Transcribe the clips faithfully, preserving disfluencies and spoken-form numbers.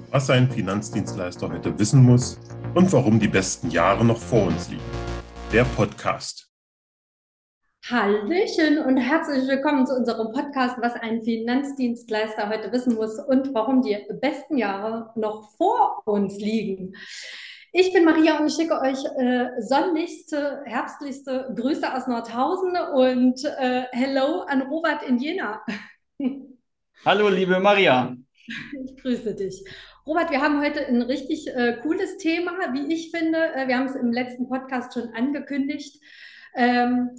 Was ein Finanzdienstleister heute wissen muss und warum die besten Jahre noch vor uns liegen. Der Podcast. Hallöchen und herzlich willkommen zu unserem Podcast, was ein Finanzdienstleister heute wissen muss und warum die besten Jahre noch vor uns liegen. Ich bin Maria und ich schicke euch äh, sonnlichste, herbstlichste Grüße aus Nordhausen und äh, Hello an Robert in Jena. Hallo, liebe Maria. Ich grüße dich. Robert, wir haben heute ein richtig äh, cooles Thema, wie ich finde. Äh, wir haben es im letzten Podcast schon angekündigt. Ähm,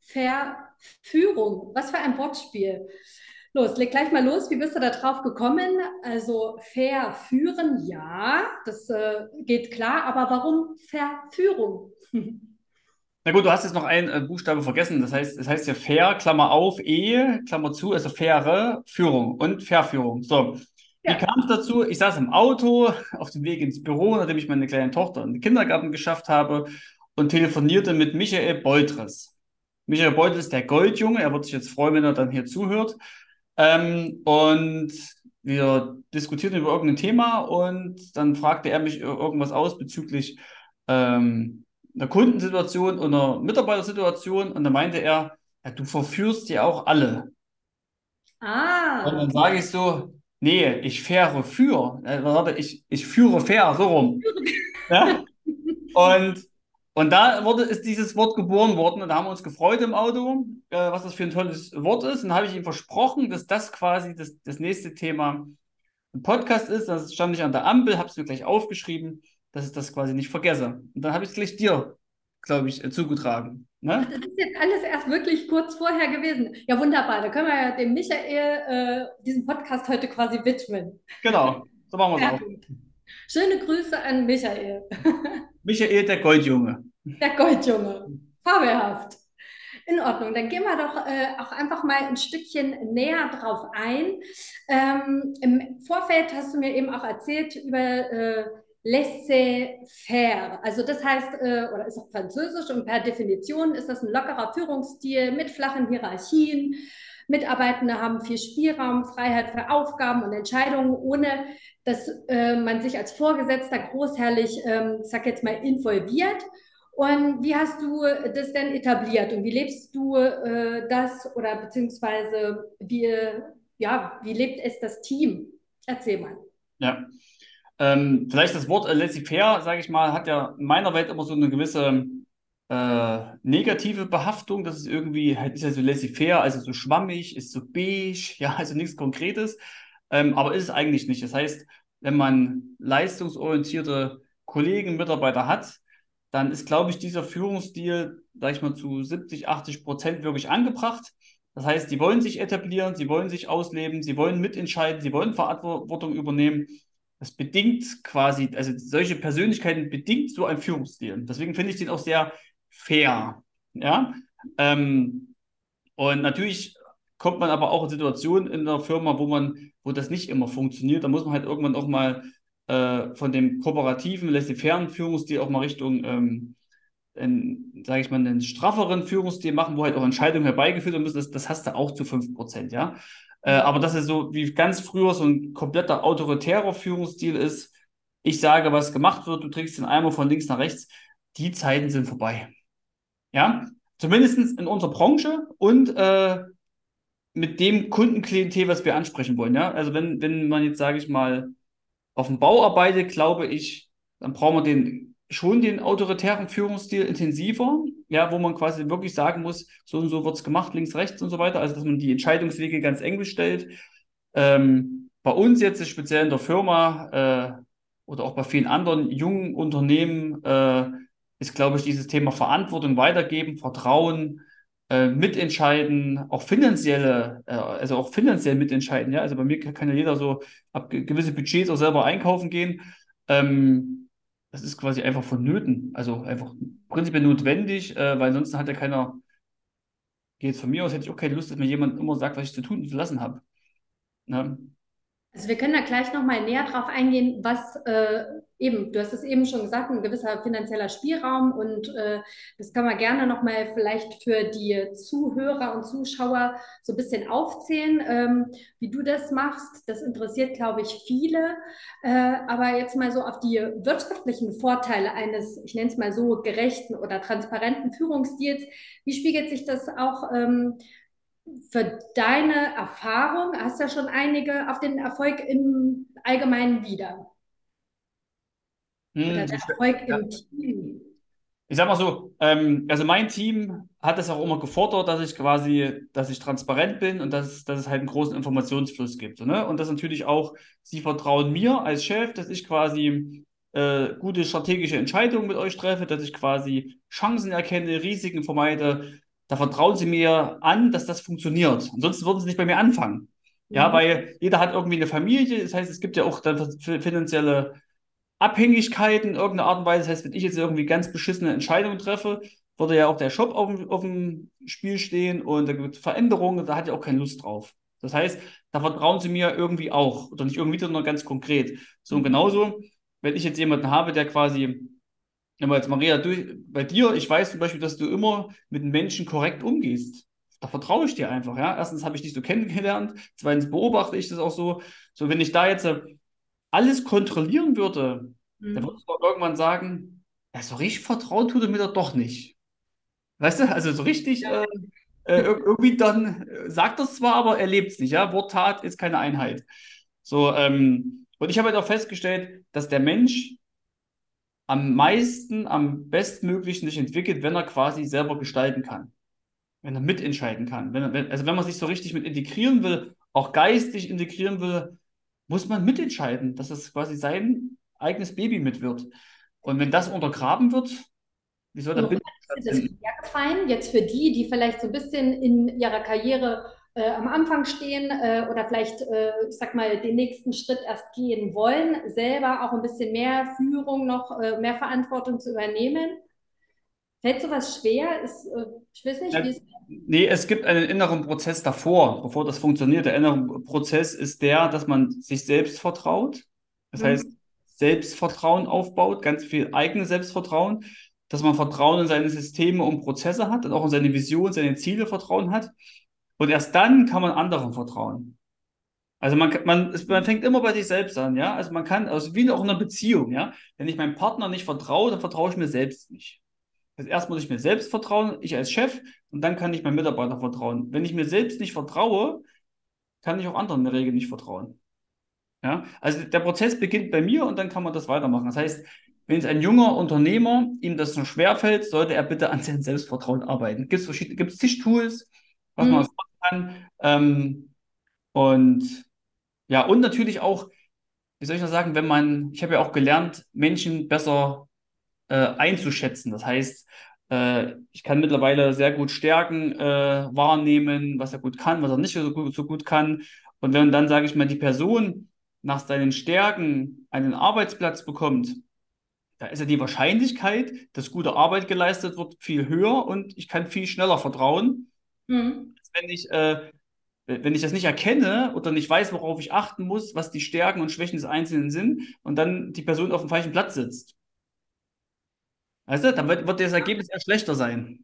Verführung. Was für ein Wortspiel. Los, leg gleich mal los. Wie bist du da drauf gekommen? Also verführen, ja, das äh, geht klar, aber warum Verführung? Na gut, du hast jetzt noch einen äh, Buchstabe vergessen. Das heißt, es heißt ja fair, Klammer auf, E, Klammer zu, also faire Führung und Verführung. So, wie kam Ja. es dazu? Ich saß im Auto auf dem Weg ins Büro, nachdem ich meine kleine Tochter in den Kindergarten geschafft habe und telefonierte mit Michael Boltres. Michael Boltres ist der Goldjunge. Er wird sich jetzt freuen, wenn er dann hier zuhört. Ähm, und wir diskutierten über irgendein Thema und dann fragte er mich ir- irgendwas aus bezüglich ähm, einer Kundensituation und einer Mitarbeitersituation und dann meinte er, ja, du verführst ja auch alle. Und Ah, dann sage ich so, nee, ich fähre für, äh, warte, ich, ich führe fair, so rum. Ja? Und, und da wurde, ist dieses Wort geboren worden und da haben wir uns gefreut im Auto, äh, was das für ein tolles Wort ist. Und dann habe ich ihm versprochen, dass das quasi das, das nächste Thema ein Podcast ist. Das stand ich an der Ampel, habe es mir gleich aufgeschrieben, dass ich das quasi nicht vergesse. Und dann habe ich es gleich dir, glaube ich, äh, zugetragen. ach, Ne? das ist jetzt alles erst wirklich kurz vorher gewesen. Ja, wunderbar. Da können wir ja dem Michael äh, diesen Podcast heute quasi widmen. Genau, so machen wir es Sehr auch. gut. Schöne Grüße an Michael, Michael, der Goldjunge. der Goldjunge. Fabelhaft. In Ordnung, dann gehen wir doch äh, auch einfach mal ein Stückchen näher drauf ein. Ähm, Im Vorfeld hast du mir eben auch erzählt über äh, laissez-faire. Also das heißt, äh, oder ist auch französisch und per Definition ist das ein lockerer Führungsstil mit flachen Hierarchien. Mitarbeitende haben viel Spielraum, Freiheit für Aufgaben und Entscheidungen, ohne dass äh, man sich als Vorgesetzter großherrlich, ähm, ich sag jetzt mal, involviert. Und wie hast du das denn etabliert und wie lebst du äh, das oder beziehungsweise wie, ja, wie lebt es das Team? Erzähl mal. Ja. Ähm, vielleicht das Wort äh, laissez-faire, sage ich mal, hat ja in meiner Welt immer so eine gewisse äh, negative Behaftung. Das ist irgendwie, halt ist ja so laissez-faire, also so schwammig, ist so beige, ja, also nichts Konkretes. Ähm, aber ist es eigentlich nicht. Das heißt, wenn man leistungsorientierte Kollegen, Mitarbeiter hat, dann ist, glaube ich, dieser Führungsstil, sage ich mal, zu siebzig, achtzig Prozent wirklich angebracht. Das heißt, sie wollen sich etablieren, sie wollen sich ausleben, sie wollen mitentscheiden, sie wollen Verantwortung übernehmen. Das bedingt quasi, also solche Persönlichkeiten bedingt so ein Führungsstil. Deswegen finde ich den auch sehr fair. Ja. Ähm, und natürlich kommt man aber auch in Situationen in der Firma, wo man, wo das nicht immer funktioniert. Da muss man halt irgendwann auch mal äh, von dem kooperativen, laissez-faire Führungsstil auch mal Richtung, ähm, sage ich mal, einen strafferen Führungsstil machen, wo halt auch Entscheidungen herbeigeführt werden müssen. Das, das hast du auch zu fünf Prozent, ja. Äh, aber dass es so wie ganz früher so ein kompletter autoritärer Führungsstil ist, ich sage, was gemacht wird, du trägst den Eimer von links nach rechts, die Zeiten sind vorbei. Ja, zumindest in unserer Branche und äh, mit dem Kundenklientel, was wir ansprechen wollen. Ja, also wenn, wenn man jetzt, sage ich mal, auf dem Bau arbeitet, glaube ich, dann brauchen wir den, schon den autoritären Führungsstil intensiver, ja, wo man quasi wirklich sagen muss, so und so wird es gemacht, links, rechts und so weiter. Also, dass man die Entscheidungswege ganz eng stellt. Ähm, bei uns jetzt speziell in der Firma äh, oder auch bei vielen anderen jungen Unternehmen äh, ist, glaube ich, dieses Thema Verantwortung weitergeben, Vertrauen, äh, mitentscheiden, auch finanzielle, äh, also auch finanziell mitentscheiden. Ja, also bei mir kann, kann ja jeder so ab ge- gewisse Budgets auch selber einkaufen gehen. Ähm, Das ist quasi einfach vonnöten, also einfach prinzipiell notwendig, äh, weil ansonsten hat ja keiner, geht von mir aus, hätte ich auch keine Lust, dass mir jemand immer sagt, was ich zu tun und zu lassen habe. Ne? Also wir können da gleich nochmal näher drauf eingehen, was äh, eben, du hast es eben schon gesagt, ein gewisser finanzieller Spielraum und äh, das kann man gerne nochmal vielleicht für die Zuhörer und Zuschauer so ein bisschen aufzählen, ähm, wie du das machst. Das interessiert, glaube ich, viele. Äh, aber jetzt mal so auf die wirtschaftlichen Vorteile eines, ich nenne es mal so, gerechten oder transparenten Führungsstils. Wie spiegelt sich das auch ähm, für deine Erfahrung, hast ja schon einige, auf den Erfolg im Allgemeinen wieder oder Hm, der ich, Erfolg ja, im Team? ich sag mal so, ähm, also mein Team hat es auch immer gefordert, dass ich quasi, dass ich transparent bin und dass, dass es halt einen großen Informationsfluss gibt. So, ne? Und das natürlich auch, sie vertrauen mir als Chef, dass ich quasi äh, gute strategische Entscheidungen mit euch treffe, dass ich quasi Chancen erkenne, Risiken vermeide. Da vertrauen sie mir an, dass das funktioniert. Ansonsten würden sie nicht bei mir anfangen. Ja, Mhm. weil jeder hat irgendwie eine Familie. Das heißt, es gibt ja auch dann finanzielle Abhängigkeiten in irgendeiner Art und Weise. Das heißt, wenn ich jetzt irgendwie ganz beschissene Entscheidungen treffe, würde ja auch der Shop auf dem, auf dem Spiel stehen und da gibt es Veränderungen, da hat ja auch keine Lust drauf. Das heißt, da vertrauen sie mir irgendwie auch. Oder nicht irgendwie, sondern ganz konkret. So und Mhm. genauso, wenn ich jetzt jemanden habe, der quasi, wenn wir jetzt Maria, du, bei dir, ich weiß zum Beispiel, dass du immer mit den Menschen korrekt umgehst. Da vertraue ich dir einfach, ja. Erstens habe ich dich so kennengelernt, zweitens beobachte ich das auch so. So, wenn ich da jetzt äh, alles kontrollieren würde, dann Mhm. würde ich doch irgendwann sagen, ja, so richtig vertraut tut er mir doch doch nicht. Weißt du, also so richtig Ja. äh, äh, ir- irgendwie dann äh, sagt das zwar, aber er lebt es nicht, ja. Wort, Tat ist keine Einheit. So, ähm, und ich habe halt auch festgestellt, dass der Mensch am meisten, am bestmöglichen sich entwickelt, wenn er quasi selber gestalten kann, wenn er mitentscheiden kann. Wenn er, wenn, also wenn man sich so richtig mit integrieren will, auch geistig integrieren will, muss man mitentscheiden, dass es quasi sein eigenes Baby mit wird. Und wenn das untergraben wird, wie soll da Woran Bindung ist dir das stattfinden? schwer gefallen, jetzt für die, die vielleicht so ein bisschen in ihrer Karriere äh, am Anfang stehen äh, oder vielleicht, äh, ich sag mal, den nächsten Schritt erst gehen wollen, selber auch ein bisschen mehr Führung noch, äh, mehr Verantwortung zu übernehmen? Fällt sowas schwer? Ist, äh, ich weiß nicht, wie Ja, es. nee, es gibt einen inneren Prozess davor, bevor das funktioniert. Der innere Prozess ist der, dass man sich selbst vertraut. Das heißt, Mhm. Selbstvertrauen aufbaut, ganz viel eigenes Selbstvertrauen, dass man Vertrauen in seine Systeme und Prozesse hat und auch in seine Vision, seine Ziele Vertrauen hat. Und erst dann kann man anderen vertrauen. Also man, man, es- man fängt immer bei sich selbst an, ja. Also man kann, also wie auch in einer Beziehung, ja. Wenn ich meinem Partner nicht vertraue, dann vertraue ich mir selbst nicht. Also erst muss ich mir selbst vertrauen, ich als Chef, und dann kann ich meinem Mitarbeiter vertrauen. Wenn ich mir selbst nicht vertraue, kann ich auch anderen in der Regel nicht vertrauen. Ja? Also der Prozess beginnt bei mir und dann kann man das weitermachen. Das heißt, wenn es ein junger Unternehmer, ihm das noch schwerfällt, sollte er bitte an seinem Selbstvertrauen arbeiten. Gibt es verschiedene, gibt es zig Tools, was man Mhm. machen kann. Ähm, und ja, und natürlich auch, wie soll ich das sagen, wenn man, ich habe ja auch gelernt, Menschen besser äh, einzuschätzen. Das heißt, äh, ich kann mittlerweile sehr gut Stärken äh, wahrnehmen, was er gut kann, was er nicht so gut, so gut kann. Und wenn dann, sage ich mal, die Person nach seinen Stärken einen Arbeitsplatz bekommt, da ist ja die Wahrscheinlichkeit, dass gute Arbeit geleistet wird, viel höher und ich kann viel schneller vertrauen, Mhm. als wenn ich, äh, wenn ich das nicht erkenne oder nicht weiß, worauf ich achten muss, was die Stärken und Schwächen des Einzelnen sind und dann die Person auf dem falschen Platz sitzt. Weißt du, dann wird, wird das Ergebnis eher schlechter sein.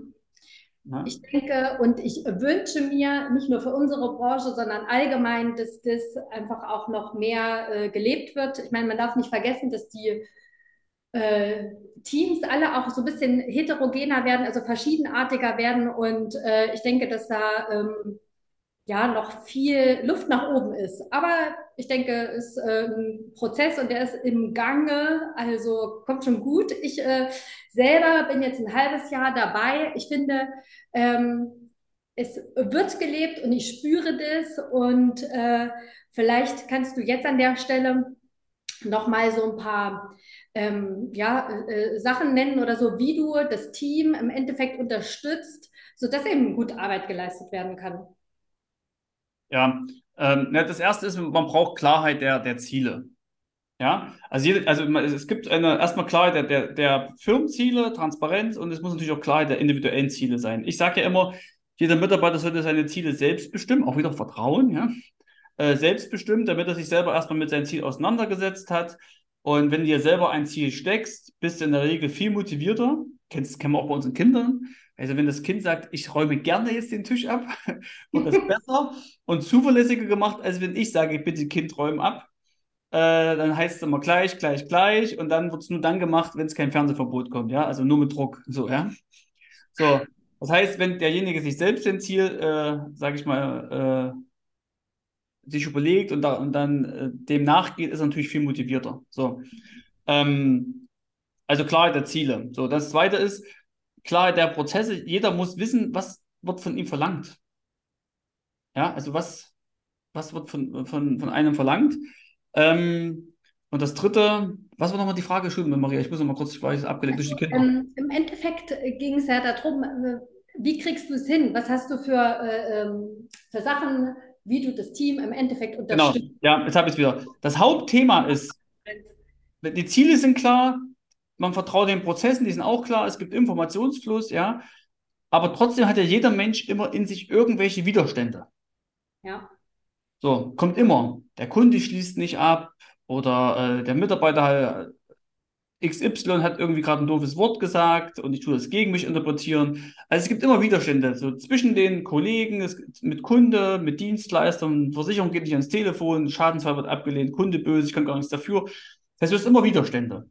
Ja, Ich denke und ich wünsche mir nicht nur für unsere Branche, sondern allgemein, dass das einfach auch noch mehr äh, gelebt wird. Ich meine, man darf nicht vergessen, dass die äh, Teams alle auch so ein bisschen heterogener werden, also verschiedenartiger werden. Und äh, ich denke, dass da ähm, ja noch viel Luft nach oben ist. Aber ich denke, es ist äh, ein Prozess und der ist im Gange, also kommt schon gut. Ich äh, selber bin jetzt ein halbes Jahr dabei. Ich finde, ähm, es wird gelebt und ich spüre das. Und äh, vielleicht kannst du jetzt an der Stelle noch mal so ein paar ähm, ja, äh, Sachen nennen oder so, wie du das Team im Endeffekt unterstützt, sodass eben gut Arbeit geleistet werden kann. ja. Ähm, ne, das erste ist, man braucht Klarheit der, der Ziele. Ja, also, jede, also man- es gibt eine, erstmal Klarheit der, der, der Firmenziele, Transparenz und es muss natürlich auch Klarheit der individuellen Ziele sein. Ich sage ja immer, jeder Mitarbeiter sollte seine Ziele selbst bestimmen, auch wieder Vertrauen, ja. äh, selbstbestimmt, damit er sich selber erstmal mit seinem Ziel auseinandergesetzt hat. Und wenn du dir selber ein Ziel steckst, bist du in der Regel viel motivierter. Kennst, kennen wir auch bei unseren Kindern. Also wenn das Kind sagt, ich räume gerne jetzt den Tisch ab, wird das besser und zuverlässiger gemacht, als wenn ich sage, bitte Kind, räum ab. Äh, dann heißt es immer gleich, gleich, gleich und dann wird es nur dann gemacht, wenn es kein Fernsehverbot kommt, ja, also nur mit Druck, so, ja. So, das heißt, wenn derjenige sich selbst ein Ziel, äh, sage ich mal, äh, sich überlegt und, da, und dann äh, dem nachgeht, ist er natürlich viel motivierter. So, ähm, also Klarheit der Ziele. So, das Zweite ist Klarheit der Prozesse. Jeder muss wissen, was wird von ihm verlangt. Ja, also was, was wird von, von, von einem verlangt. Ähm, und das Dritte, was war nochmal die Frage? Entschuldigung, Maria, ich muss noch mal kurz, ich war jetzt abgelenkt durch die Kinder. Ähm, im Endeffekt ging es ja darum, äh, wie kriegst du es hin? Was hast du für, äh, ähm, für Sachen, wie du das Team im Endeffekt Genau, unterstützt? ja, jetzt habe ich es wieder. Das Hauptthema ist, die Ziele sind klar, man vertraut den Prozessen, die sind auch klar, es gibt Informationsfluss, ja, aber trotzdem hat ja jeder Mensch immer in sich irgendwelche Widerstände. Ja. So, kommt immer. Der Kunde schließt nicht ab oder äh, der Mitarbeiter X Y hat irgendwie gerade ein doofes Wort gesagt und ich tue das gegen mich interpretieren. Also es gibt immer Widerstände, so zwischen den Kollegen, es, mit Kunde, mit Dienstleistern, Versicherung geht nicht ans Telefon, Schadensfall wird abgelehnt, Kunde böse, ich kann gar nichts dafür. Das heißt, es ist immer Widerstände.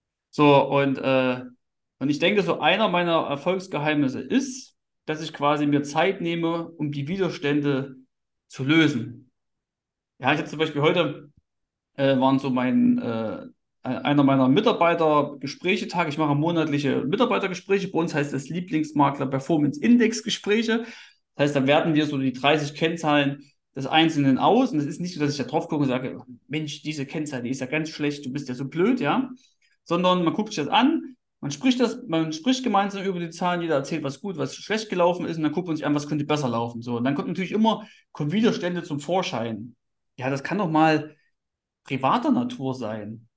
So, und, äh, und ich denke, so einer meiner Erfolgsgeheimnisse ist, dass ich quasi mir Zeit nehme, um die Widerstände zu lösen. Ja, ich habe zum Beispiel heute äh, waren so mein, äh, einer meiner Mitarbeiter-Gespräche-Tage. Ich mache monatliche Mitarbeitergespräche. Bei uns heißt das Lieblingsmakler Performance Index Gespräche. Das heißt, da werten wir so die dreißig Kennzahlen des Einzelnen aus. Und es ist nicht so, dass ich da drauf gucke und sage, Mensch, diese Kennzahl, die ist ja ganz schlecht, du bist ja so blöd, ja. Sondern man guckt sich das an, man spricht das, man spricht gemeinsam über die Zahlen, jeder erzählt, was gut, was schlecht gelaufen ist, und dann guckt man sich an, was könnte besser laufen. So, und dann kommt natürlich immer, kommen Widerstände zum Vorschein. Ja, das kann doch mal privater Natur sein.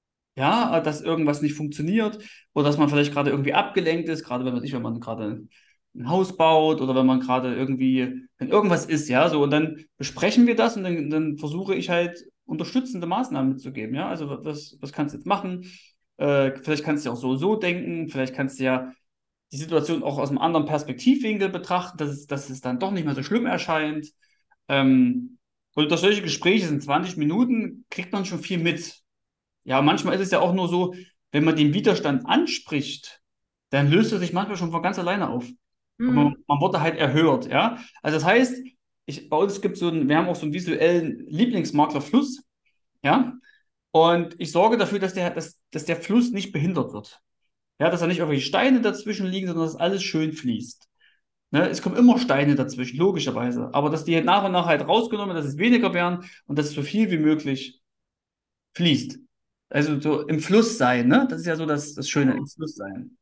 Ja, dass irgendwas nicht funktioniert oder dass man vielleicht gerade irgendwie abgelenkt ist, gerade wenn man, ich, wenn man gerade ein Haus baut oder wenn man gerade irgendwie, wenn irgendwas ist, ja, so und dann besprechen wir das und dann, dann versuche ich halt unterstützende Maßnahmen mitzugeben, ja, also was, was kannst du jetzt machen? Äh, vielleicht kannst du ja auch so so denken, vielleicht kannst du ja die Situation auch aus einem anderen Perspektivwinkel betrachten, dass es, dass es dann doch nicht mehr so schlimm erscheint. Ähm, und durch solche Gespräche sind zwanzig Minuten, kriegt man schon viel mit. Ja, manchmal ist es ja auch nur so, wenn man den Widerstand anspricht, dann löst er sich manchmal schon von ganz alleine auf. Und man, Hm. man wurde halt erhört, ja. Also das heißt, ich, bei uns gibt so einen, wir haben auch so einen visuellen Lieblingsmaklerfluss, ja. Und ich sorge dafür, dass der, dass, dass der Fluss nicht behindert wird. Ja, dass da nicht irgendwelche Steine dazwischen liegen, sondern dass alles schön fließt. Ne? Es kommen immer Steine dazwischen, logischerweise. Aber dass die halt nach und nach halt rausgenommen, dass es weniger werden und dass es so viel wie möglich fließt. Also so im Fluss sein, ne? Das ist ja so das, das Schöne, im Fluss sein.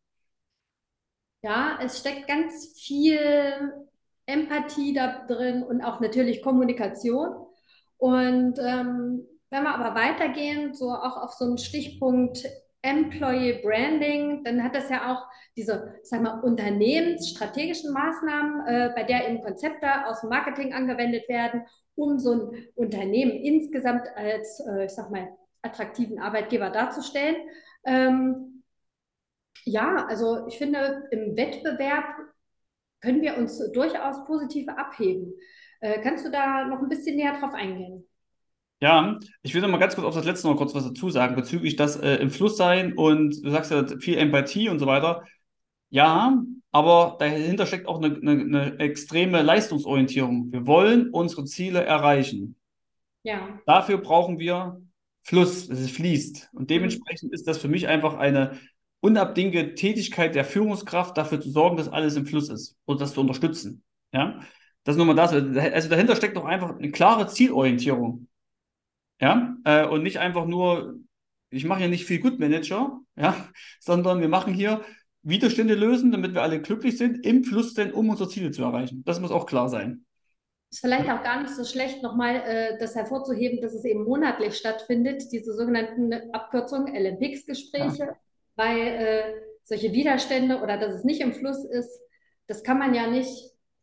Ja, es steckt ganz viel Empathie da drin und auch natürlich Kommunikation. Und ähm, wenn wir aber weitergehen, so auch auf so einen Stichpunkt Employee Branding, dann hat das ja auch diese, sag mal, unternehmensstrategischen Maßnahmen, äh, bei der eben Konzepte aus dem Marketing angewendet werden, um so ein Unternehmen insgesamt als, äh, ich sag mal, attraktiven Arbeitgeber darzustellen. Ähm, ja, also ich finde, im Wettbewerb können wir uns durchaus positiv abheben. Äh, kannst du da noch ein bisschen näher drauf eingehen? Ja, ich will noch mal ganz kurz auf das letzte noch kurz was dazu sagen, bezüglich das äh, im Fluss sein und du sagst ja viel Empathie und so weiter. Ja, aber dahinter steckt auch eine, eine, eine extreme Leistungsorientierung. Wir wollen unsere Ziele erreichen. Ja. Dafür brauchen wir Fluss, dass es fließt. Und Mhm. dementsprechend ist das für mich einfach eine unabdingte Tätigkeit der Führungskraft, dafür zu sorgen, dass alles im Fluss ist und das zu unterstützen. Ja, das ist nur mal das. Also dahinter steckt doch einfach eine klare Zielorientierung. Ja, äh, und nicht einfach nur, ich mache hier nicht viel Good Manager, ja, sondern wir machen hier Widerstände lösen, damit wir alle glücklich sind, im Fluss denn, um unsere Ziele zu erreichen. Das muss auch klar sein. Ist vielleicht auch gar nicht so schlecht, nochmal äh, das hervorzuheben, dass es eben monatlich stattfindet, diese sogenannten Abkürzungen, L M P Ja. X-Gespräche, weil äh, solche Widerstände oder dass es nicht im Fluss ist, das kann man ja nicht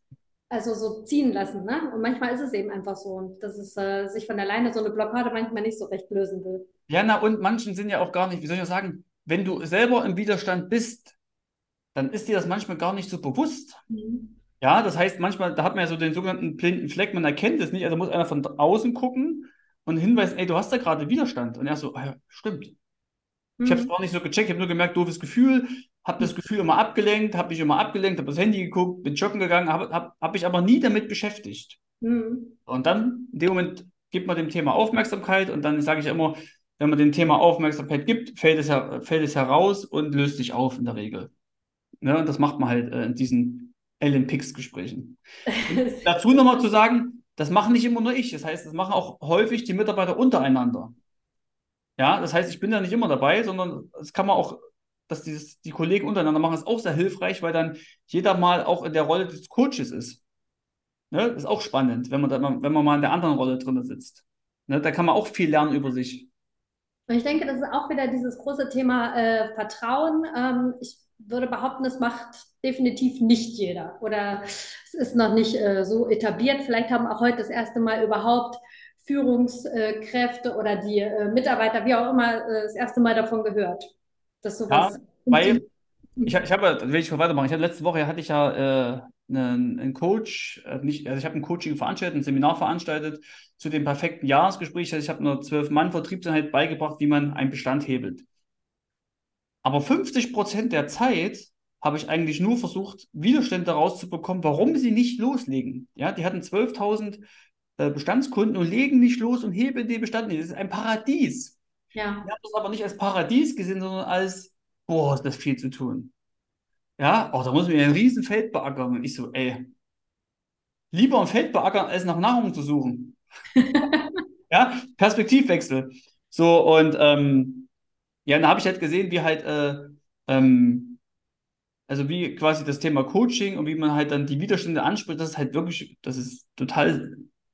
also so ziehen lassen, ne? Und manchmal ist es eben einfach so, dass es äh, sich von alleine so eine Blockade manchmal nicht so recht lösen will. Ja, na, und manchen sind ja auch gar nicht, wie soll ich das sagen, wenn du selber im Widerstand bist, dann ist dir das manchmal gar nicht so bewusst. Mhm. Ja, das heißt, manchmal, da hat man ja so den sogenannten blinden Fleck, man erkennt es nicht, also muss einer von außen gucken und hinweisen, ey, du hast da gerade Widerstand. Und er so, ah, ja, stimmt. Ich habe es Mhm. gar nicht so gecheckt, ich habe nur gemerkt, doofes Gefühl, habe das Gefühl immer abgelenkt, habe mich immer abgelenkt, habe das Handy geguckt, bin joggen gegangen, habe hab, hab mich aber nie damit beschäftigt. Mhm. Und dann, in dem Moment, gibt man dem Thema Aufmerksamkeit und dann sage ich immer, wenn man dem Thema Aufmerksamkeit gibt, fällt es, her fällt es heraus und löst sich auf in der Regel. Ne? Und das macht man halt äh, in diesen Ellen Pix-Gesprächen. Und dazu nochmal zu sagen, das machen nicht immer nur ich, das heißt, das machen auch häufig die Mitarbeiter untereinander. Ja, das heißt, ich bin da nicht immer dabei, sondern das kann man auch, dass dieses, die Kollegen untereinander machen, ist auch sehr hilfreich, weil dann jeder mal auch in der Rolle des Coaches ist. Ne? Das ist auch spannend, wenn man, da, mal- wenn man mal in der anderen Rolle drin sitzt. Ne? Da kann man auch viel lernen über sich. Und ich denke, das ist auch wieder dieses große Thema äh, Vertrauen. Ähm, ich würde behaupten, das macht definitiv nicht jeder oder es ist noch nicht äh, so etabliert. Vielleicht haben auch heute das erste Mal überhaupt Führungskräfte oder die äh, Mitarbeiter, wie auch immer, äh, das erste Mal davon gehört, dass Ja, sowas weil funktioniert. ich, ich habe, das will ich noch weitermachen. Ich hatte letzte Woche hatte ich ja äh, einen, einen Coach, äh, nicht, also ich habe ein Coaching veranstaltet, ein Seminar veranstaltet zu dem perfekten Jahresgespräch. Also ich habe einer zwölf-Mann-Vertriebseinheit beigebracht, wie man einen Bestand hebelt. Aber fünfzig Prozent der Zeit habe ich eigentlich nur versucht, Widerstände rauszubekommen, warum sie nicht loslegen. Ja, die hatten zwölftausend äh, Bestandskunden und legen nicht los und heben den Bestand nicht. Das ist ein Paradies. Ich Ja. habe das aber nicht als Paradies gesehen, sondern als, boah, ist das viel zu tun. Ja, oh, da muss man ja ein riesen Feld beackern. Und ich so, ey, lieber ein Feld beackern, als nach Nahrung zu suchen. Ja, Perspektivwechsel. So, und ähm, ja, dann habe ich halt gesehen, wie halt, äh, ähm, also wie quasi das Thema Coaching und wie man halt dann die Widerstände anspricht, das ist halt wirklich, das ist total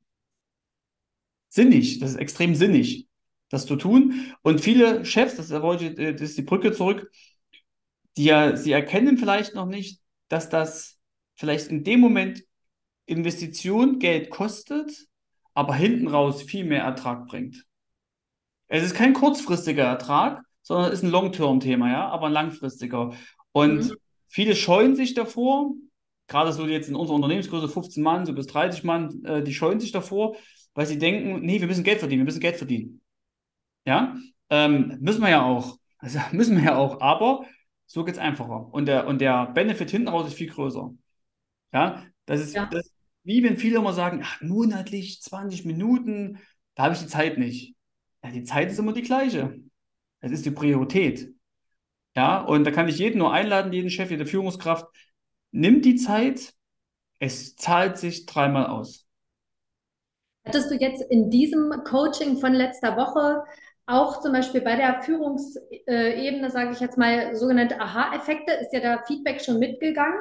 sinnig, das ist extrem sinnig, das zu tun. Und viele Chefs, das, da wollte ich, äh, das ist die Brücke zurück, die ja, sie erkennen vielleicht noch nicht, dass das vielleicht in dem Moment Investition Geld kostet, aber hinten raus viel mehr Ertrag bringt. Es ist kein kurzfristiger Ertrag, sondern es ist ein Long-Term-Thema, ja, aber ein langfristiger. Und Mhm. viele scheuen sich davor, gerade so jetzt in unserer Unternehmensgröße fünfzehn Mann, so bis dreißig Mann, äh, die scheuen sich davor, weil sie denken, nee, wir müssen Geld verdienen, wir müssen Geld verdienen. Ja, ähm, müssen wir ja auch. Also müssen wir ja auch, aber so geht es einfacher. Und der, und der Benefit hinten raus ist viel größer. Ja, das ist, Ja. das, wie wenn viele immer sagen, ach, monatlich zwanzig Minuten, da habe ich die Zeit nicht. Ja, die Zeit ist immer die gleiche. Es ist die Priorität. Ja, und da kann ich jeden nur einladen, jeden Chef, jede Führungskraft, nimm die Zeit, es zahlt sich dreimal aus. Hattest du jetzt in diesem Coaching von letzter Woche auch zum Beispiel bei der Führungsebene, sage ich jetzt mal, sogenannte Aha-Effekte? Ist ja da Feedback schon mitgegangen?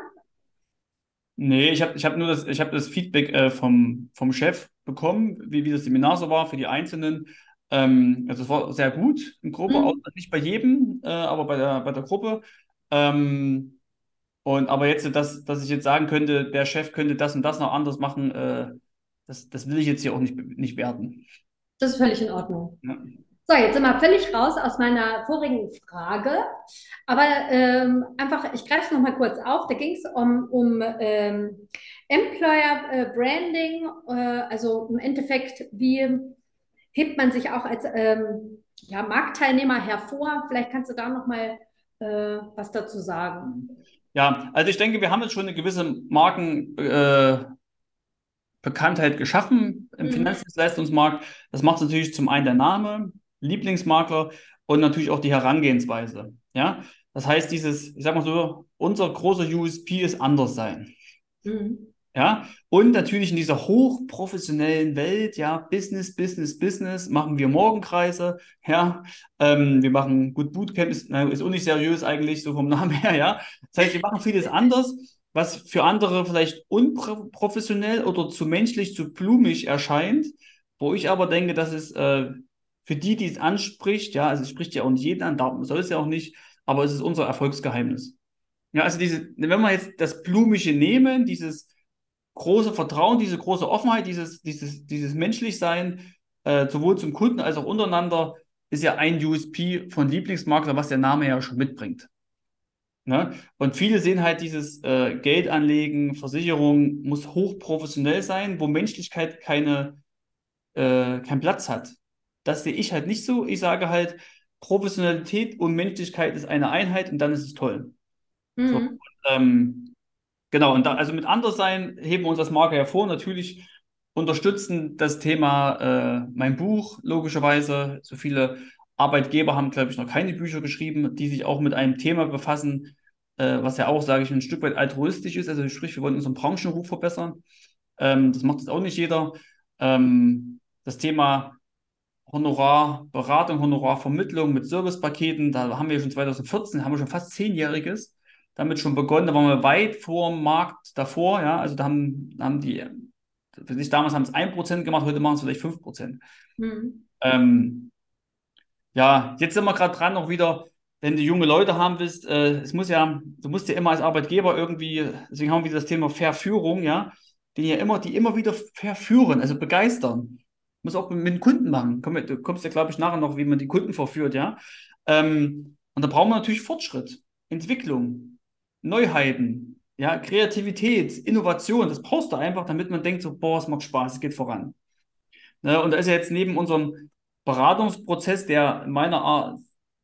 Nee, ich habe ich hab nur das, ich hab das Feedback äh, vom, vom Chef bekommen, wie, wie das Seminar so war für die Einzelnen. Ähm, also es war sehr gut in Gruppe, auch Mhm. nicht bei jedem, äh, aber bei der, bei der Gruppe. Ähm, und aber jetzt, dass, dass ich jetzt sagen könnte, der Chef könnte das und das noch anders machen, äh, das, das will ich jetzt hier auch nicht, nicht werten. Das ist völlig in Ordnung. Ja. So, jetzt sind wir völlig raus aus meiner vorigen Frage. Aber ähm, einfach, ich greife es nochmal kurz auf. Da ging es um, um ähm, Employer äh, Branding, äh, also im Endeffekt, wie hebt man sich auch als ähm, ja, Marktteilnehmer hervor? Vielleicht kannst du da nochmal äh, was dazu sagen. Ja, also ich denke, wir haben jetzt schon eine gewisse Marken, äh, Bekanntheit geschaffen im Mhm. Finanzdienstleistungsmarkt. Das macht natürlich zum einen der Name, Lieblingsmakler und natürlich auch die Herangehensweise. Ja, das heißt, dieses, ich sag mal so, unser großer U S P ist anders sein. Mhm. Ja, und natürlich in dieser hochprofessionellen Welt, ja, Business, Business, Business, machen wir Morgenkreise, ja, ähm, wir machen gut Bootcamp, ist, na, ist auch nicht seriös eigentlich, so vom Namen her, ja. Das heißt, wir machen vieles anders, was für andere vielleicht unprofessionell oder zu menschlich, zu blumig erscheint, wo ich aber denke, dass es äh, für die, die es anspricht, ja, also es spricht ja auch nicht jeden an, darum soll es ja auch nicht, aber es ist unser Erfolgsgeheimnis. Ja, also diese, wenn wir jetzt das Blumige nehmen, dieses große Vertrauen, diese große Offenheit, dieses, dieses, dieses Menschlichsein, äh, sowohl zum Kunden als auch untereinander, ist ja ein U S P von Lieblingsmakler, was der Name ja schon mitbringt. Ne? Und viele sehen halt dieses äh, Geld anlegen, Versicherung muss hochprofessionell sein, wo Menschlichkeit keine, äh, keinen Platz hat. Das sehe ich halt nicht so. Ich sage halt, Professionalität und Menschlichkeit ist eine Einheit und dann ist es toll. So, Mhm. ähm, genau, und da, also mit Anderssein heben wir uns als Marke hervor. Natürlich unterstützen das Thema äh, mein Buch, logischerweise. So viele Arbeitgeber haben, glaube ich, noch keine Bücher geschrieben, die sich auch mit einem Thema befassen, äh, was ja auch, sage ich, ein Stück weit altruistisch ist. Also sprich, wir wollen unseren Branchenruf verbessern. Ähm, das macht jetzt auch nicht jeder. Ähm, das Thema Honorarberatung, Honorarvermittlung mit Servicepaketen, da haben wir schon zwanzig vierzehn, haben wir schon fast zehnjähriges damit schon begonnen. Da waren wir weit vor dem Markt davor, ja. Also da haben, haben die, für sich damals haben es ein Prozent gemacht, heute machen es vielleicht fünf Prozent. Mhm. Ähm, ja, jetzt sind wir gerade dran, noch wieder, wenn du junge Leute haben willst, äh, es muss ja, du musst ja immer als Arbeitgeber irgendwie, deswegen haben wir wieder das Thema Verführung, ja, die ja immer, die immer wieder verführen, also begeistern. Muss auch mit den Kunden machen. Komm, du kommst ja, glaube ich, nachher noch, wie man die Kunden verführt, ja. Ähm, und da brauchen wir natürlich Fortschritt, Entwicklung, Neuheiten, ja, Kreativität, Innovation. Das brauchst du einfach, damit man denkt, so, boah, es macht Spaß, es geht voran. Ne? Und da ist ja jetzt neben unserem Beratungsprozess, der meiner Art,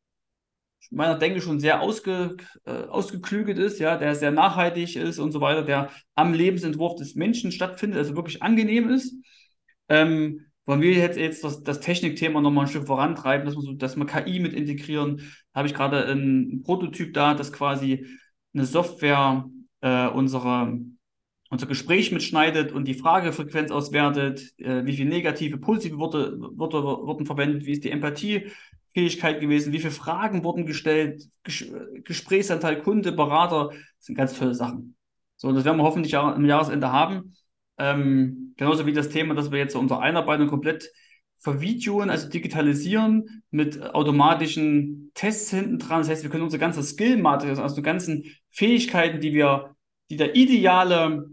meiner Denke schon sehr ausge, äh, ausgeklügelt ist, ja, der sehr nachhaltig ist und so weiter, der am Lebensentwurf des Menschen stattfindet, also wirklich angenehm ist. Ähm, wollen wir jetzt, jetzt das, das Technikthema nochmal ein Stück vorantreiben, dass wir, so, dass wir K I mit integrieren. Da habe ich gerade einen Prototyp da, das quasi eine Software äh, unsere unser Gespräch mitschneidet und die Fragefrequenz auswertet, äh, wie viele negative, positive Worte, Worte wurden verwendet, wie ist die Empathiefähigkeit gewesen, wie viele Fragen wurden gestellt, Ges Gesprächsanteil Kunde, Berater, das sind ganz tolle Sachen. So, das werden wir hoffentlich auch am Jahresende haben. Ähm, genauso wie das Thema, dass wir jetzt unsere Einarbeitung komplett vervideoen, also digitalisieren mit automatischen Tests hinten dran. Das heißt, wir können unsere ganze Skill-Matrix, also die ganzen Fähigkeiten, die wir, die der ideale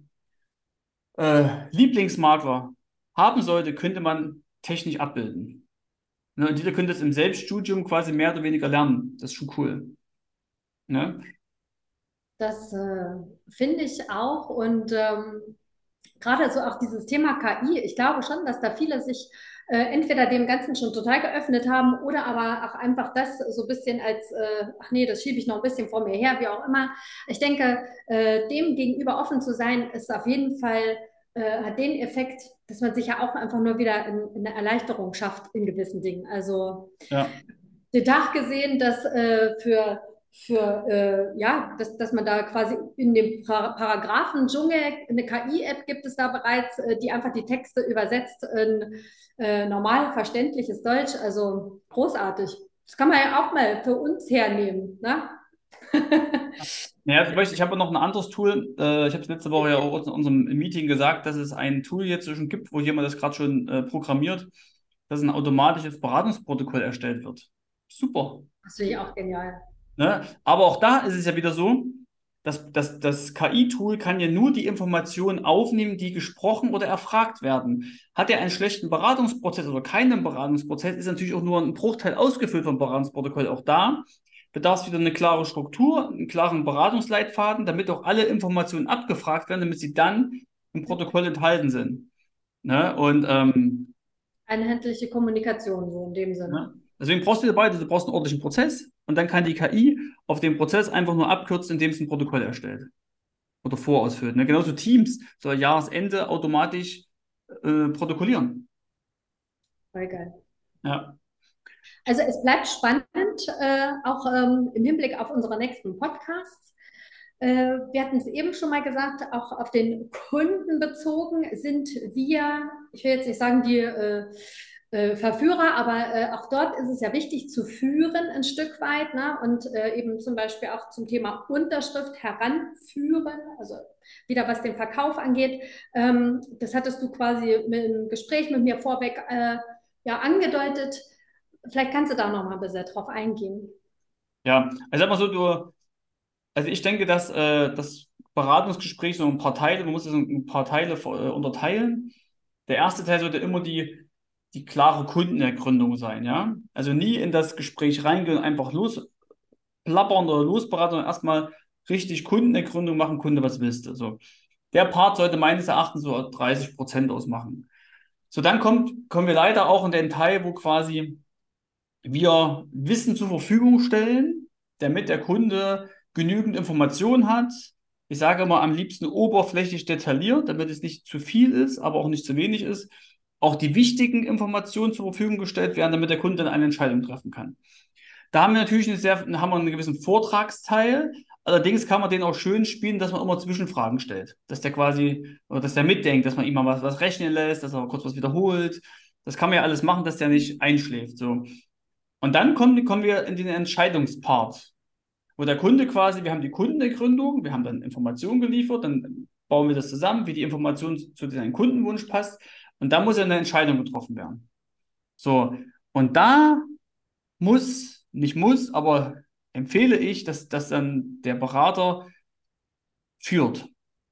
äh, Lieblingsmakler haben sollte, könnte man technisch abbilden. Ne? Und jeder könnte es im Selbststudium quasi mehr oder weniger lernen. Das ist schon cool. Ne? Das äh, finde ich auch. Und ähm, gerade so auch dieses Thema K I, ich glaube schon, dass da viele sich äh, entweder dem Ganzen schon total geöffnet haben oder aber auch einfach das so ein bisschen als, äh, ach nee, das schiebe ich noch ein bisschen vor mir her, wie auch immer. Ich denke, äh, dem gegenüber offen zu sein, ist auf jeden Fall, äh, hat den Effekt, dass man sich ja auch einfach nur wieder in, in eine Erleichterung schafft in gewissen Dingen. Also Ja. den Tag gesehen, dass äh, für, für äh, ja, dass, dass man da quasi in dem Par Paragraphen-Dschungel eine K I-App gibt es da bereits, äh, die einfach die Texte übersetzt in äh, normal verständliches Deutsch. Also großartig. Das kann man ja auch mal für uns hernehmen, ne? Ja, zum Beispiel, ich habe noch ein anderes Tool. Äh, ich habe es letzte Woche ja auch in unserem Meeting gesagt, dass es ein Tool jetzt schon gibt, wo jemand das gerade schon äh, programmiert, dass ein automatisches Beratungsprotokoll erstellt wird. Super. Das finde ich auch genial. Ne? Aber auch da ist es ja wieder so, dass, dass das K I-Tool kann ja nur die Informationen aufnehmen, die gesprochen oder erfragt werden. Hat er einen schlechten Beratungsprozess oder keinen Beratungsprozess, ist natürlich auch nur ein Bruchteil ausgefüllt vom Beratungsprotokoll. Auch da bedarf es wieder eine klare Struktur, einen klaren Beratungsleitfaden, damit auch alle Informationen abgefragt werden, damit sie dann im Protokoll enthalten sind. Ne? Und ähm, Einheitliche Kommunikation, so in dem Sinne. Ne? Deswegen brauchst du die beide, du brauchst einen ordentlichen Prozess und dann kann die K I auf den Prozess einfach nur abkürzen, indem es ein Protokoll erstellt oder vorausfüllt. Ne? Genauso Teams soll Jahresende automatisch äh, protokollieren. Voll geil. Ja, Also es bleibt spannend, äh, auch ähm, im Hinblick auf unsere nächsten Podcasts. Äh, wir hatten es eben schon mal gesagt, auch auf den Kunden bezogen sind wir, ich will jetzt nicht sagen die äh, äh, Verführer, aber äh, auch dort ist es ja wichtig zu führen ein Stück weit, ne? Und äh, eben zum Beispiel auch zum Thema Unterschrift heranführen, also wieder was den Verkauf angeht. Ähm, das hattest du quasi im Gespräch mit mir vorweg äh, ja angedeutet. Vielleicht kannst du da noch mal ein bisschen drauf eingehen. ja. Also sag mal so, du, also ich denke, dass, äh, dass Beratungsgespräch so ein paar Teile, man muss es in ein paar Teile äh, unterteilen. Der erste Teil sollte immer die, die klare Kundenergründung sein, ja. Also nie in das Gespräch reingehen und einfach losplappern oder losberaten, sondern erstmal richtig Kundenergründung machen, Kunde, was willst du? So. Der Part sollte meines Erachtens so dreißig Prozent ausmachen. So, dann kommt, kommen wir leider auch in den Teil, wo quasi wir Wissen zur Verfügung stellen, damit der Kunde genügend Informationen hat. Ich sage immer am liebsten oberflächlich detailliert, damit es nicht zu viel ist, aber auch nicht zu wenig ist. Auch die wichtigen Informationen zur Verfügung gestellt werden, damit der Kunde dann eine Entscheidung treffen kann. Da haben wir natürlich eine sehr, haben wir einen gewissen Vortragsteil. Allerdings kann man den auch schön spielen, dass man immer Zwischenfragen stellt. Dass der quasi, oder dass der mitdenkt, dass man ihm mal was, was rechnen lässt, dass er kurz was wiederholt. Das kann man ja alles machen, dass der nicht einschläft. So. Und dann kommen, kommen wir in den Entscheidungspart, wo der Kunde quasi, wir haben die Kundenergründung, wir haben dann Informationen geliefert, dann bauen wir das zusammen, wie die Information zu seinem Kundenwunsch passt. Und da muss ja eine Entscheidung getroffen werden. So, und da muss, nicht muss, aber empfehle ich, dass, dass dann der Berater führt,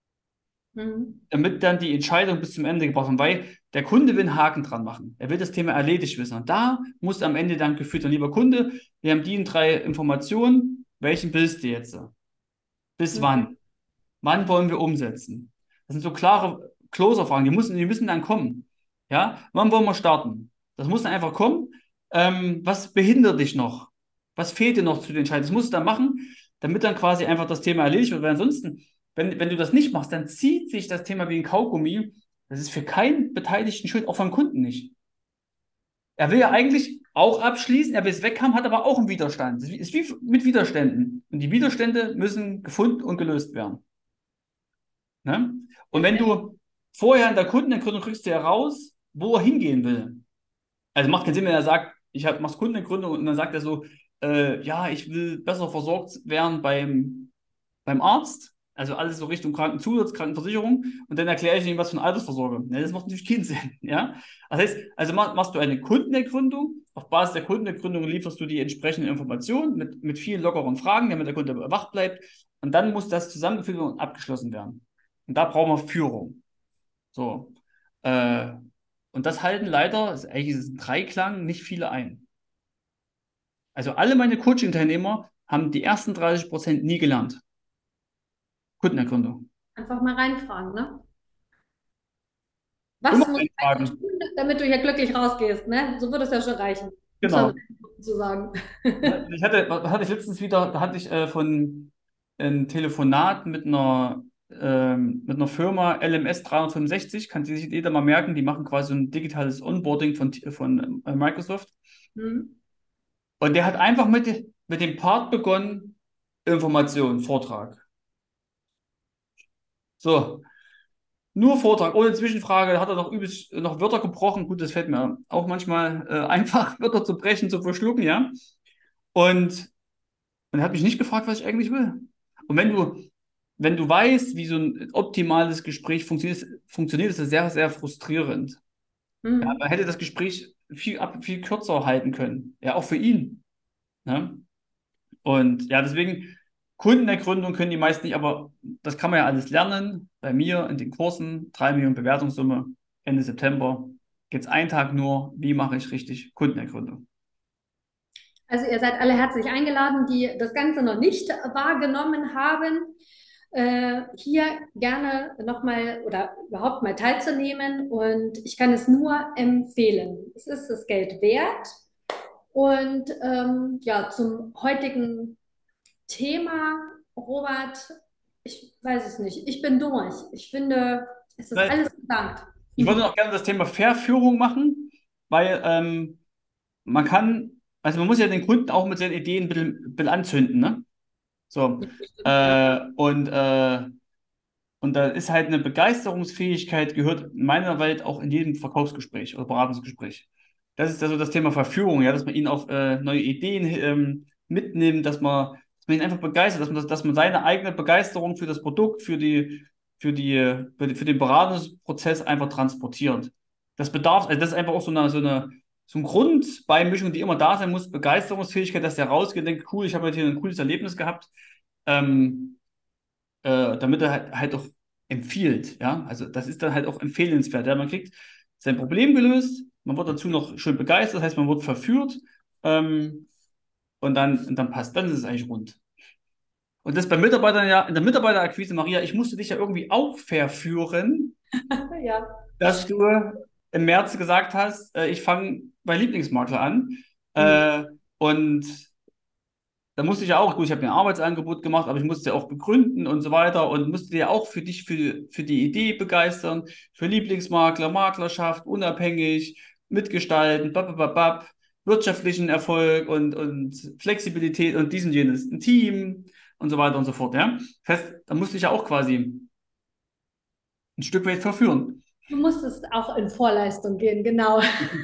Mhm. damit dann die Entscheidung bis zum Ende gebracht wird, weil der Kunde will einen Haken dran machen. Er will das Thema erledigt wissen. Und da muss am Ende dann geführt werden, lieber Kunde, wir haben die drei Informationen, welchen willst du jetzt? Bis Mhm. wann? Wann wollen wir umsetzen? Das sind so klare Closer-Fragen, die müssen, die müssen dann kommen. Ja, wann wollen wir starten? Das muss dann einfach kommen. Ähm, was behindert dich noch? Was fehlt dir noch zu den Entscheidungen? Das musst du dann machen, damit dann quasi einfach das Thema erledigt wird. Weil ansonsten, wenn, wenn du das nicht machst, dann zieht sich das Thema wie ein Kaugummi. Das ist für keinen Beteiligten schön, auch vom Kunden nicht. Er will ja eigentlich auch abschließen, er will es weghaben, hat aber auch einen Widerstand. Es ist wie mit Widerständen. Und die Widerstände müssen gefunden und gelöst werden. Ne? Und wenn du vorher in der Kundenergründung kriegst du ja raus, wo er hingehen will. Also macht keinen Sinn, wenn er sagt, ich hab, mach's Kundenergründung und dann sagt er so, äh, ja, ich will besser versorgt werden beim, beim Arzt. Also alles so Richtung Krankenzusatz, Krankenversicherung. Und dann erkläre ich ihm was von Altersvorsorge. Ne, das macht natürlich keinen Sinn. Ja? Das heißt, also mach, machst du eine Kundenergründung. Auf Basis der Kundenergründung lieferst du die entsprechenden Informationen mit, mit vielen lockeren Fragen, damit der Kunde wach bleibt. Und dann muss das zusammengefügt und abgeschlossen werden. Und da brauchen wir Führung. So. Äh, und das halten leider, ist eigentlich ist es ein Dreiklang, nicht viele ein. Also alle meine Coaching-Teilnehmer haben die ersten dreißig Prozent nie gelernt. Kundenergründung. Einfach mal reinfragen, ne? Was Immer muss ich eigentlich eintragen. tun, damit du hier glücklich rausgehst, ne? So würde es ja schon reichen, um es mal Genau. mit einem Punkt zu sagen. Ne, Ich hatte, was hatte ich letztens wieder, da hatte ich äh, von ein Telefonat mit einer, ähm, mit einer Firma L M S dreihundertfünfundsechzig, kann sich jeder mal merken, die machen quasi so ein digitales Onboarding von, von äh, Microsoft. Hm? Und der hat einfach mit, mit dem Part begonnen, Information, Vortrag. So, nur Vortrag, ohne Zwischenfrage, da hat er noch übelst noch Wörter gebrochen. Gut, das fällt mir auch manchmal äh, einfach, Wörter zu brechen, zu verschlucken, ja. Und, und er hat mich nicht gefragt, was ich eigentlich will. Und wenn du, wenn du weißt, wie so ein optimales Gespräch funktioniert, funktioniert, ist es sehr, sehr frustrierend. Ja, Hm. man hätte das Gespräch viel, ab, viel kürzer halten können. Ja, auch für ihn. Ne? Und ja, deswegen, Kundenergründung können die meisten nicht, aber das kann man ja alles lernen. Bei mir in den Kursen, drei Millionen Bewertungssumme, Ende September, geht es einen Tag nur, wie mache ich richtig Kundenergründung. Also ihr seid alle herzlich eingeladen, die das Ganze noch nicht wahrgenommen haben, äh, hier gerne nochmal oder überhaupt mal teilzunehmen. Und ich kann es nur empfehlen. Es ist das Geld wert. Und ähm, ja, zum heutigen Thema, Robert, ich weiß es nicht. Ich bin durch. Ich finde, es ist Weil alles gesagt. Ich wollte noch gerne das Thema Verführung machen, weil ähm, man kann, also man muss ja den Kunden auch mit seinen Ideen ein bisschen, ein bisschen anzünden, ne? So. Ja. Äh, und, äh, und da ist halt eine Begeisterungsfähigkeit, gehört in meiner Welt auch in jedem Verkaufsgespräch oder Beratungsgespräch. Das ist also das Thema Verführung, ja, dass man ihn auf äh, neue Ideen ähm, mitnimmt, dass man, dass man ihn einfach begeistert, dass man, das, dass man seine eigene Begeisterung für das Produkt, für die, für die, für, die, für den Beratungsprozess einfach transportiert. Das bedarf, also das ist einfach auch so eine, so eine, so eine Grundbeimischung, die immer da sein muss, Begeisterungsfähigkeit, dass der rausgeht und denkt, cool, ich habe heute hier ein cooles Erlebnis gehabt. Ähm, äh, damit er halt, halt auch empfiehlt. Ja? Also das ist dann halt auch empfehlenswert. Ja? Man kriegt sein Problem gelöst, man wird dazu noch schön begeistert, das heißt, man wird verführt ähm, und dann, und dann passt, dann ist es eigentlich rund. Und das bei Mitarbeitern ja, in der Mitarbeiterakquise, Maria, ich musste dich ja irgendwie auch verführen, Ja. dass du im März gesagt hast, äh, ich fange bei Lieblingsmakler an. Mhm. Äh, und da musste ich ja auch, gut, ich habe mir ein Arbeitsangebot gemacht, aber ich musste ja auch begründen und so weiter und musste dir auch für dich, für, für die Idee begeistern, für Lieblingsmakler, Maklerschaft, unabhängig, mitgestalten, babababab, wirtschaftlichen Erfolg und, und Flexibilität und dies und jenes, ein Team und so weiter und so fort, ja. Das heißt, da musste ich ja auch quasi ein Stück weit verführen. Du musstest auch in Vorleistung gehen, genau.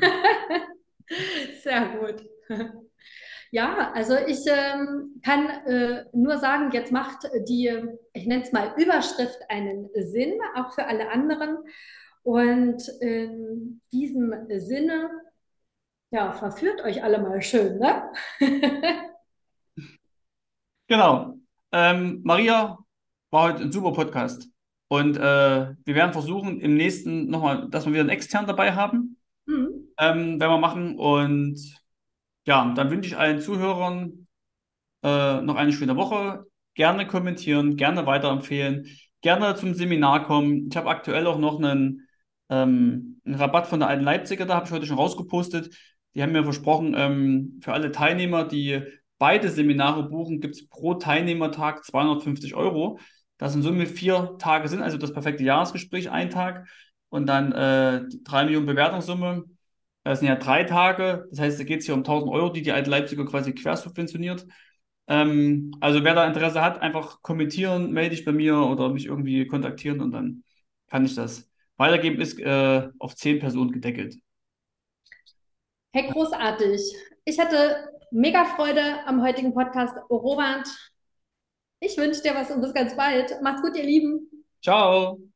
Sehr gut. Ja, also ich ähm, kann äh, nur sagen, jetzt macht die, ich nenne es mal Überschrift einen Sinn, auch für alle anderen. Und in diesem Sinne, ja, verführt euch alle mal schön, ne? Genau. Ähm, Maria war heute ein super Podcast. Und äh, wir werden versuchen, im nächsten nochmal, dass wir wieder einen externen dabei haben, Mhm. ähm, werden wir machen. Und ja, dann wünsche ich allen Zuhörern äh, noch eine schöne Woche. Gerne kommentieren, gerne weiterempfehlen, gerne zum Seminar kommen. Ich habe aktuell auch noch einen, ähm, einen Rabatt von der Alten Leipziger, da habe ich heute schon rausgepostet. Die haben mir versprochen, ähm, für alle Teilnehmer, die beide Seminare buchen, gibt es pro Teilnehmertag zweihundertfünfzig Euro. Das sind somit vier Tage sind, also das perfekte Jahresgespräch, ein Tag und dann äh, die drei Millionen Bewertungssumme. Das sind ja drei Tage, das heißt, da geht es hier um tausend Euro, die die Alte Leipziger quasi quersubventioniert. Ähm, also wer da Interesse hat, einfach kommentieren, melde dich bei mir oder mich irgendwie kontaktieren und dann kann ich das weitergeben. Ist äh, auf zehn Personen gedeckelt. Hey, großartig. Ich hatte mega Freude am heutigen Podcast. Robert, ich wünsche dir was und bis ganz bald. Macht's gut, ihr Lieben. Ciao!